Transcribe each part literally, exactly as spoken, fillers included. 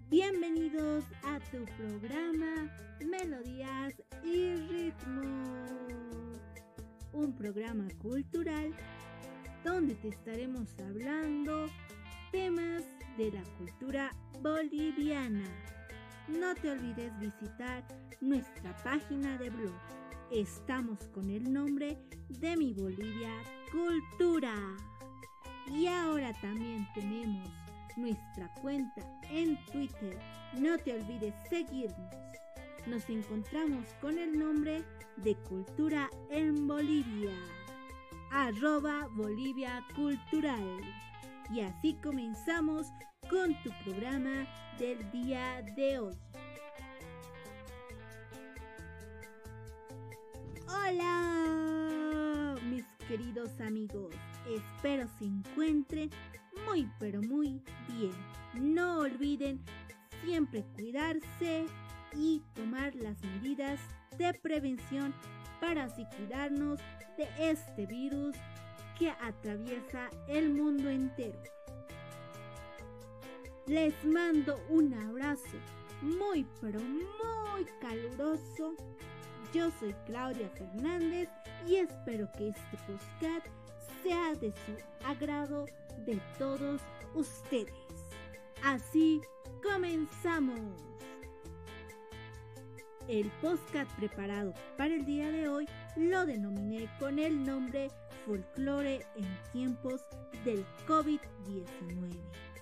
Bienvenidos a tu programa Melodías y Ritmo, un programa cultural donde te estaremos hablando temas de la cultura boliviana. No te olvides visitar nuestra página de blog. Estamos con el nombre de Mi Bolivia Cultura. Y ahora también tenemos nuestra cuenta en Twitter. No te olvides seguirnos. Nos encontramos con el nombre de Cultura en Bolivia, arroba Bolivia Cultural. Y así comenzamos con tu programa del día de hoy. Hola, mis queridos amigos. Espero se encuentren muy pero muy bien. No olviden siempre cuidarse y tomar las medidas de prevención para así cuidarnos de este virus que atraviesa el mundo entero. Les mando un abrazo muy pero muy caluroso. Yo soy Claudia Fernández y espero que este podcast sea de su agrado de todos ustedes. Así comenzamos. El podcast preparado para el día de hoy lo denominé con el nombre Folclore en tiempos del COVID diecinueve.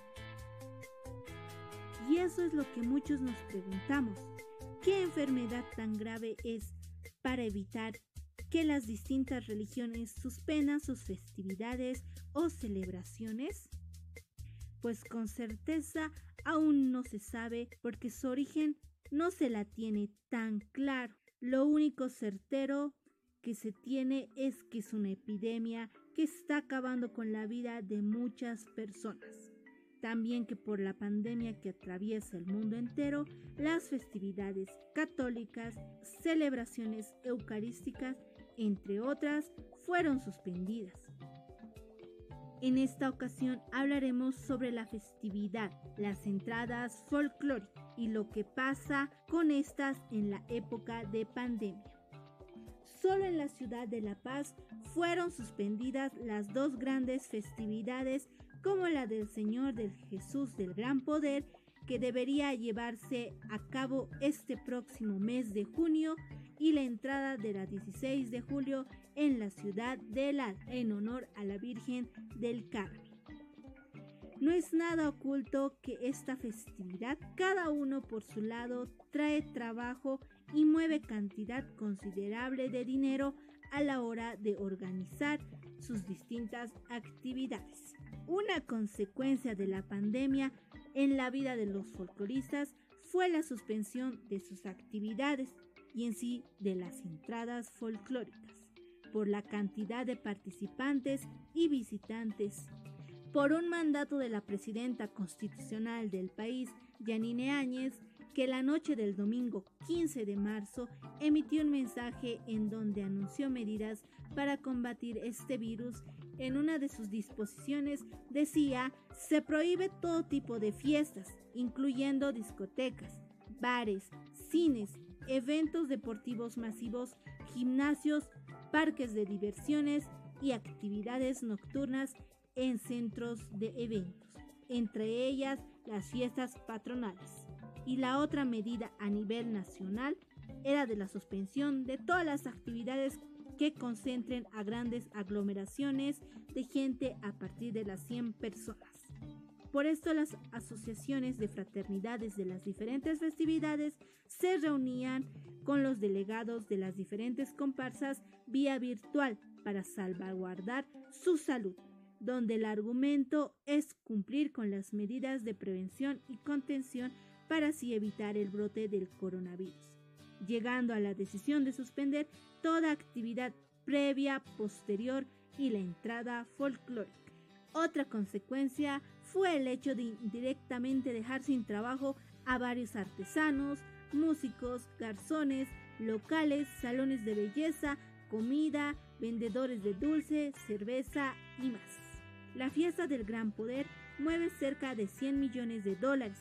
Y eso es lo que muchos nos preguntamos. ¿Qué enfermedad tan grave es para evitar que las distintas religiones suspendan sus festividades o celebraciones? Pues con certeza aún no se sabe porque su origen no se la tiene tan claro. Lo único certero que se tiene es que es una epidemia que está acabando con la vida de muchas personas. También que por la pandemia que atraviesa el mundo entero, las festividades católicas, celebraciones eucarísticas, entre otras, fueron suspendidas. En esta ocasión hablaremos sobre la festividad, las entradas folclóricas y lo que pasa con estas en la época de pandemia. Solo en la ciudad de La Paz fueron suspendidas las dos grandes festividades como la del Señor del Jesús del Gran Poder, que debería llevarse a cabo este próximo mes de junio, y la entrada de la dieciséis de julio en la ciudad de La en honor a la Virgen del Carmen. No es nada oculto que esta festividad, cada uno por su lado, trae trabajo y mueve cantidad considerable de dinero a la hora de organizar sus distintas actividades. Una consecuencia de la pandemia en la vida de los folcloristas fue la suspensión de sus actividades y en sí de las entradas folclóricas, por la cantidad de participantes y visitantes. Por un mandato de la presidenta constitucional del país, Yanine Áñez, que la noche del domingo quince de marzo emitió un mensaje en donde anunció medidas para combatir este virus. En una de sus disposiciones decía: se prohíbe todo tipo de fiestas, incluyendo discotecas, bares, cines, eventos deportivos masivos, gimnasios, parques de diversiones y actividades nocturnas en centros de eventos, entre ellas las fiestas patronales. Y la otra medida a nivel nacional era de la suspensión de todas las actividades que concentren a grandes aglomeraciones de gente a partir de las cien personas. Por esto las asociaciones de fraternidades de las diferentes festividades se reunían con los delegados de las diferentes comparsas vía virtual para salvaguardar su salud, donde el argumento es cumplir con las medidas de prevención y contención para así evitar el brote del coronavirus, llegando a la decisión de suspender toda actividad previa, posterior y la entrada folclórica. Otra consecuencia fue el hecho de indirectamente dejar sin trabajo a varios artesanos, músicos, garzones, locales, salones de belleza, comida, vendedores de dulce, cerveza y más. La fiesta del Gran Poder mueve cerca de cien millones de dólares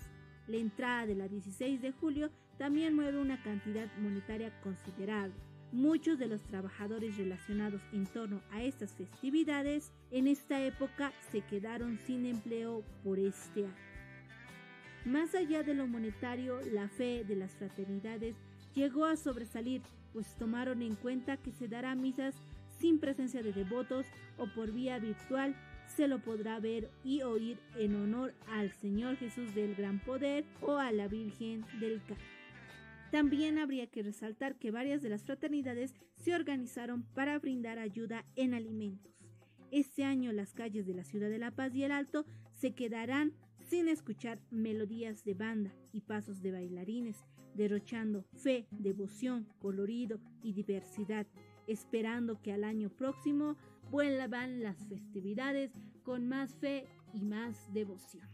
La entrada de la dieciséis de julio también mueve una cantidad monetaria considerable. Muchos de los trabajadores relacionados en torno a estas festividades en esta época se quedaron sin empleo por este año. Más allá de lo monetario, la fe de las fraternidades llegó a sobresalir, pues tomaron en cuenta que se dará misas sin presencia de devotos o por vía virtual se lo podrá ver y oír en honor al Señor Jesús del Gran Poder o a la Virgen del Carmen. También habría que resaltar que varias de las fraternidades se organizaron para brindar ayuda en alimentos. Este año las calles de la ciudad de La Paz y el Alto se quedarán sin escuchar melodías de banda y pasos de bailarines, derrochando fe, devoción, colorido y diversidad, esperando que al año próximo vuelvan las festividades con más fe y más devoción.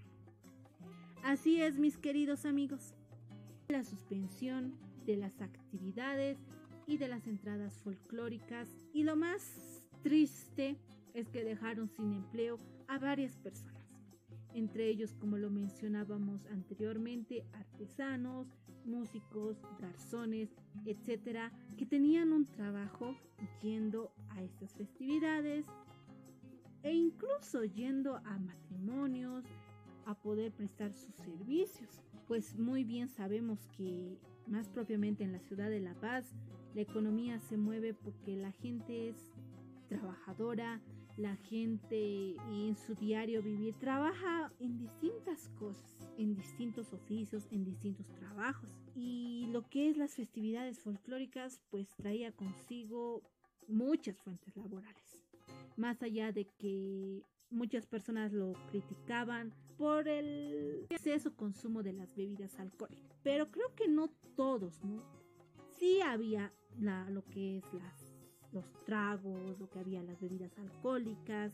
Así es, mis queridos amigos, la suspensión de las actividades y de las entradas folclóricas, y lo más triste es que dejaron sin empleo a varias personas, entre ellos, como lo mencionábamos anteriormente, artesanos, músicos, garzones, etcétera, que tenían un trabajo yendo a estas festividades e incluso yendo a matrimonios a poder prestar sus servicios. Pues muy bien sabemos que más propiamente en la ciudad de La Paz la economía se mueve porque la gente es trabajadora, la gente en su diario vivir trabaja en distintas cosas, en distintos oficios, en distintos trabajos. Y lo que es las festividades folclóricas pues traía consigo muchas fuentes laborales. Más allá de que muchas personas lo criticaban por el exceso consumo de las bebidas alcohólicas, pero creo que no todos, ¿no? Sí había la, lo que es las los tragos, lo que había las bebidas alcohólicas,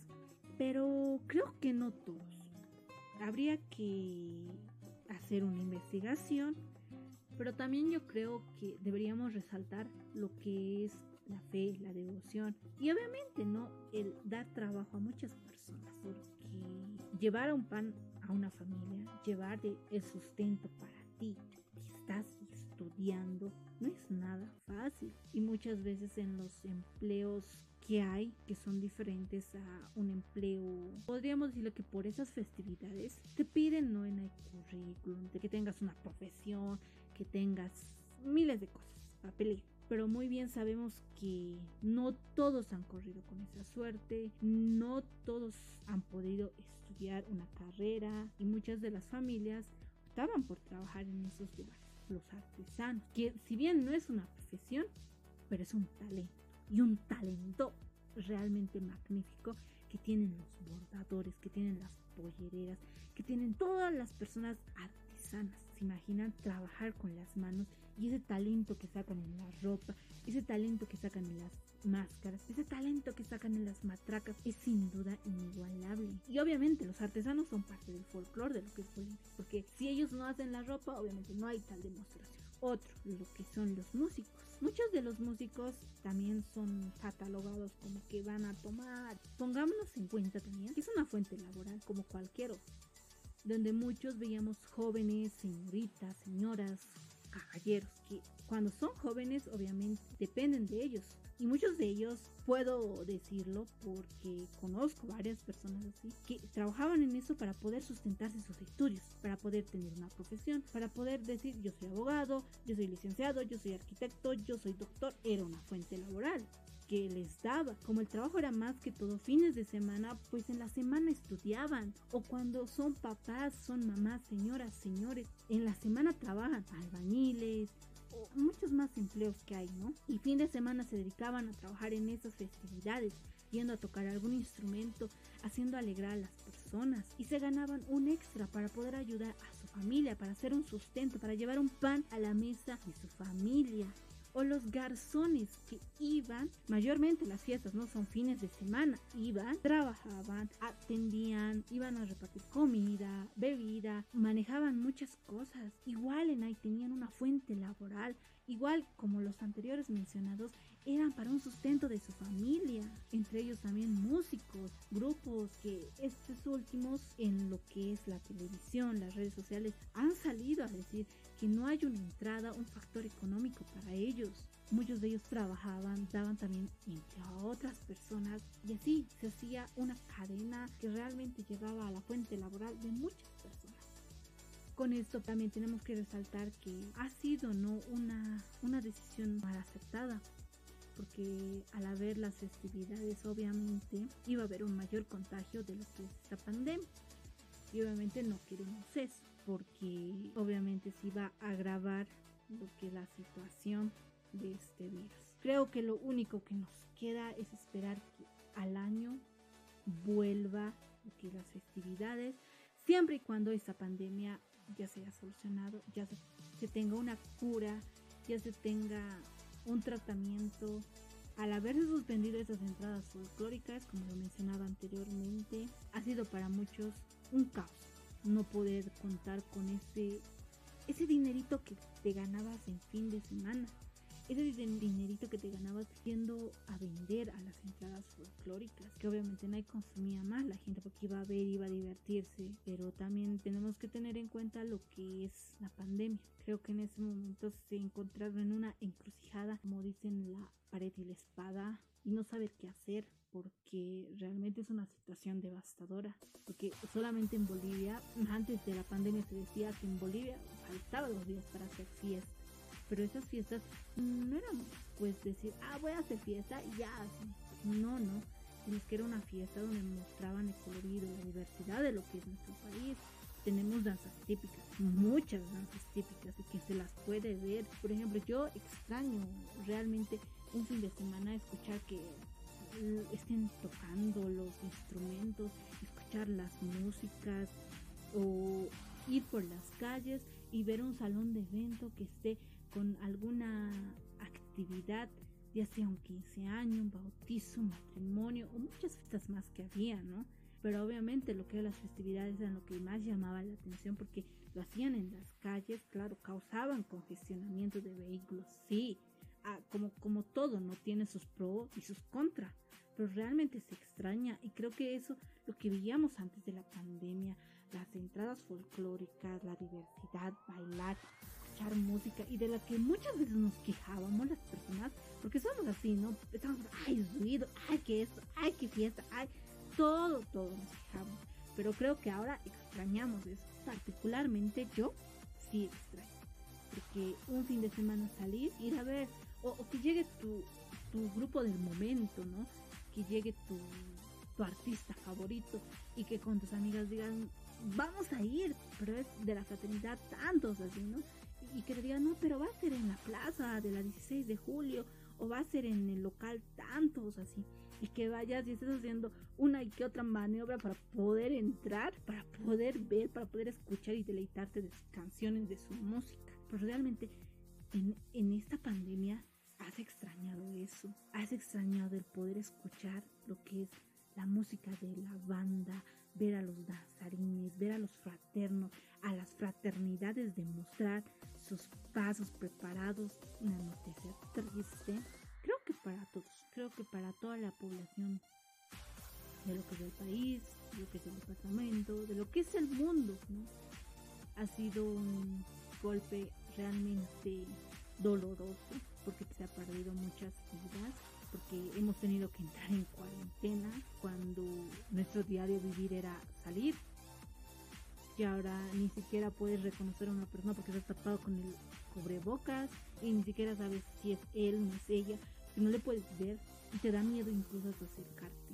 pero creo que no todos. Habría que hacer una investigación, pero también yo creo que deberíamos resaltar lo que es la fe, la devoción y obviamente no el dar trabajo a muchas personas, porque llevar un pan a una familia, llevar el sustento para ti que estás estudiando, no es nada fácil, y muchas veces en los empleos que hay, que son diferentes a un empleo, podríamos decirlo que por esas festividades te piden no en el currículum, de que tengas una profesión, que tengas miles de cosas, papeleo. Pero muy bien sabemos que no todos han corrido con esa suerte, no todos han podido estudiar una carrera y muchas de las familias optaban por trabajar en esos lugares. Los artesanos, que si bien no es una profesión, pero es un talento, y un talento realmente magnífico que tienen los bordadores, que tienen las pollereras, que tienen todas las personas artesanas. Se imaginan trabajar con las manos y ese talento que sacan en la ropa, ese talento que sacan en las máscaras, ese talento que sacan en las matracas es sin duda inigualable. Y obviamente los artesanos son parte del folclore de lo que es Bolivia, porque si ellos no hacen la ropa, obviamente no hay tal demostración. Otro, lo que son los músicos. Muchos de los músicos también son catalogados como que van a tomar. Pongámonos en cuenta también que es una fuente laboral como cualquier otra, donde muchos veíamos jóvenes, señoritas, señoras, caballeros, que cuando son jóvenes obviamente dependen de ellos. Y muchos de ellos, puedo decirlo porque conozco varias personas así, que trabajaban en eso para poder sustentarse sus estudios, para poder tener una profesión, para poder decir yo soy abogado, yo soy licenciado, yo soy arquitecto, yo soy doctor. Era una fuente laboral que les daba. Como el trabajo era más que todo fines de semana, pues en la semana estudiaban. O cuando son papás, son mamás, señoras, señores, en la semana trabajan albañiles, o muchos más empleos que hay, ¿no? Y fin de semana se dedicaban a trabajar en esas festividades, yendo a tocar algún instrumento, haciendo alegrar a las personas, y se ganaban un extra para poder ayudar a su familia, para hacer un sustento, para llevar un pan a la mesa de su familia. o los garzones que iban, mayormente las fiestas no son fines de semana, iban, trabajaban, atendían, iban a repartir comida, bebida, manejaban muchas cosas. Igual en ahí tenían una fuente laboral, igual como los anteriores mencionados, eran para un sustento de su familia, entre ellos también músicos, grupos que estos últimos en lo que es la televisión, las redes sociales, han salido a decir que no hay una entrada, un factor económico para ellos. Muchos de ellos trabajaban, daban también empleo a otras personas y así se hacía una cadena que realmente llevaba a la fuente laboral de muchas personas. Con esto también tenemos que resaltar que ha sido no una, una decisión mal aceptada, porque al haber las festividades obviamente iba a haber un mayor contagio de lo que es esta pandemia y obviamente no queremos eso, porque obviamente se iba a agravar lo que es la situación de este virus. Creo que lo único que nos queda es esperar que al año vuelva lo que es las festividades, siempre y cuando esta pandemia ya se haya solucionado, ya se, se tenga una cura, ya se tenga un tratamiento. Al haberse suspendido esas entradas folclóricas, como lo mencionaba anteriormente, ha sido para muchos un caos no poder contar con ese ese dinerito que te ganabas en fin de semana, ese dinerito que te ganabas yendo a vender a las entradas folclóricas, que obviamente nadie consumía más, la gente porque iba a ver, iba a divertirse, pero también tenemos que tener en cuenta lo que es la pandemia. Creo que en ese momento se encontraron en una encrucijada, como dicen, la pared y la espada, y no saber qué hacer, porque realmente es una situación devastadora, porque solamente en Bolivia, antes de la pandemia se decía que en Bolivia faltaban los días para hacer fiestas, pero esas fiestas no eran pues decir, ah, voy a hacer fiesta y ya, no, no, sino que era una fiesta donde mostraban el colorido, la diversidad de lo que es nuestro país. Tenemos danzas típicas, muchas danzas típicas y que se las puede ver. Por ejemplo, yo extraño realmente un fin de semana escuchar que estén tocando los instrumentos, escuchar las músicas o ir por las calles y ver un salón de evento que esté con alguna actividad, ya sea un quince años, un bautizo, un matrimonio o muchas fiestas más que había, ¿no? Pero obviamente lo que eran las festividades eran lo que más llamaba la atención porque lo hacían en las calles, claro, causaban congestionamiento de vehículos, sí, ah, como, como todo, no tiene sus pros y sus contras, pero realmente se extraña y creo que eso lo que veíamos antes de la pandemia, las entradas folclóricas, la diversidad, bailar, escuchar música y de la que muchas veces nos quejábamos las personas, porque somos así, ¿no? Estamos, ay, ruido, ay, que esto, ay, que fiesta, ay, todo, todo nos quejamos, pero creo que ahora extrañamos eso, particularmente yo sí extraño, porque un fin de semana salir, ir a ver, o, o que llegue tu, tu grupo del momento, ¿no? Que llegue tu, tu artista favorito y que con tus amigas digan, vamos a ir, pero es de la fraternidad tantos así, ¿no? Y que te digan, no, pero va a ser en la plaza de la dieciséis de julio o va a ser en el local tantos así, y que vayas y estés haciendo una y que otra maniobra para poder entrar, para poder ver, para poder escuchar y deleitarte de sus canciones, de su música. Pero realmente en, en esta pandemia has extrañado eso, has extrañado el poder escuchar lo que es la música de la banda, ver a los danzarines, ver a los fraternos, a las fraternidades demostrar sus pasos preparados, una noticia triste, creo que para todos, creo que para toda la población de lo que es el país, de lo que es el departamento, de lo que es el mundo, ¿no? Ha sido un golpe realmente doloroso porque se ha perdido muchas vidas, porque hemos tenido que entrar en cuarentena cuando nuestro diario vivir era salir y ahora ni siquiera puedes reconocer a una persona porque está tapado con el cubrebocas y ni siquiera sabes si es él, no es ella, que no le puedes ver y te da miedo incluso acercarte.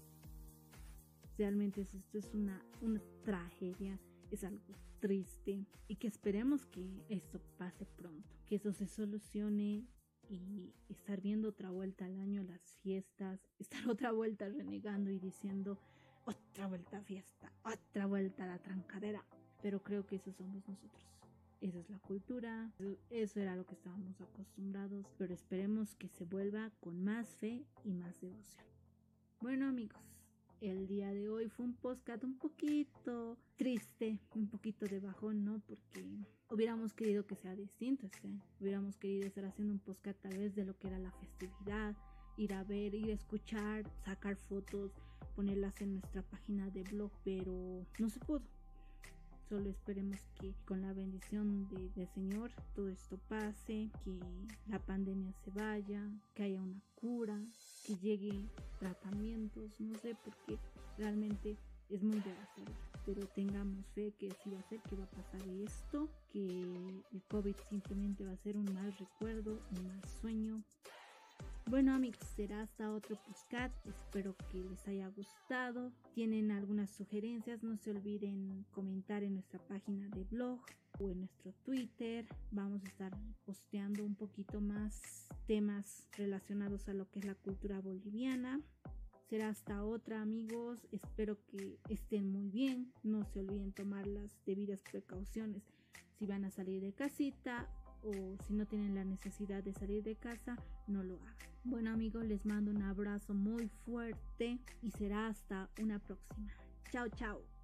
Realmente esto es una, una tragedia, es algo triste y que esperemos que esto pase pronto, que eso se solucione y estar viendo otra vuelta al año las fiestas, estar otra vuelta renegando y diciendo otra vuelta a fiesta, otra vuelta a la trancadera, pero creo que esos somos nosotros. esa es la cultura, eso era lo que estábamos acostumbrados, pero esperemos que se vuelva con más fe y más devoción. Bueno amigos, el día de hoy fue un podcast un poquito triste, un poquito de bajón, ¿no? Porque hubiéramos querido que sea distinto este año, hubiéramos querido estar haciendo un podcast tal vez de lo que era la festividad, ir a ver, ir a escuchar, sacar fotos, ponerlas en nuestra página de blog, pero no se pudo. Solo esperemos que con la bendición de, del Señor todo esto pase, que la pandemia se vaya, que haya una cura, que lleguen tratamientos, no sé, porque realmente es muy devastador. Pero tengamos fe que sí va a ser, que va a pasar esto, que el COVID simplemente va a ser un mal recuerdo, un mal sueño. Bueno amigos, será hasta otro podcast, espero que les haya gustado. Tienen algunas sugerencias, no se olviden comentar en nuestra página de blog o en nuestro Twitter. Vamos a estar posteando un poquito más temas relacionados a lo que es la cultura boliviana. Será hasta otra amigos, espero que estén muy bien, no se olviden tomar las debidas precauciones si van a salir de casita o si no tienen la necesidad de salir de casa, no lo hagan. Bueno amigos, les mando un abrazo muy fuerte y será hasta una próxima. Chao, chao.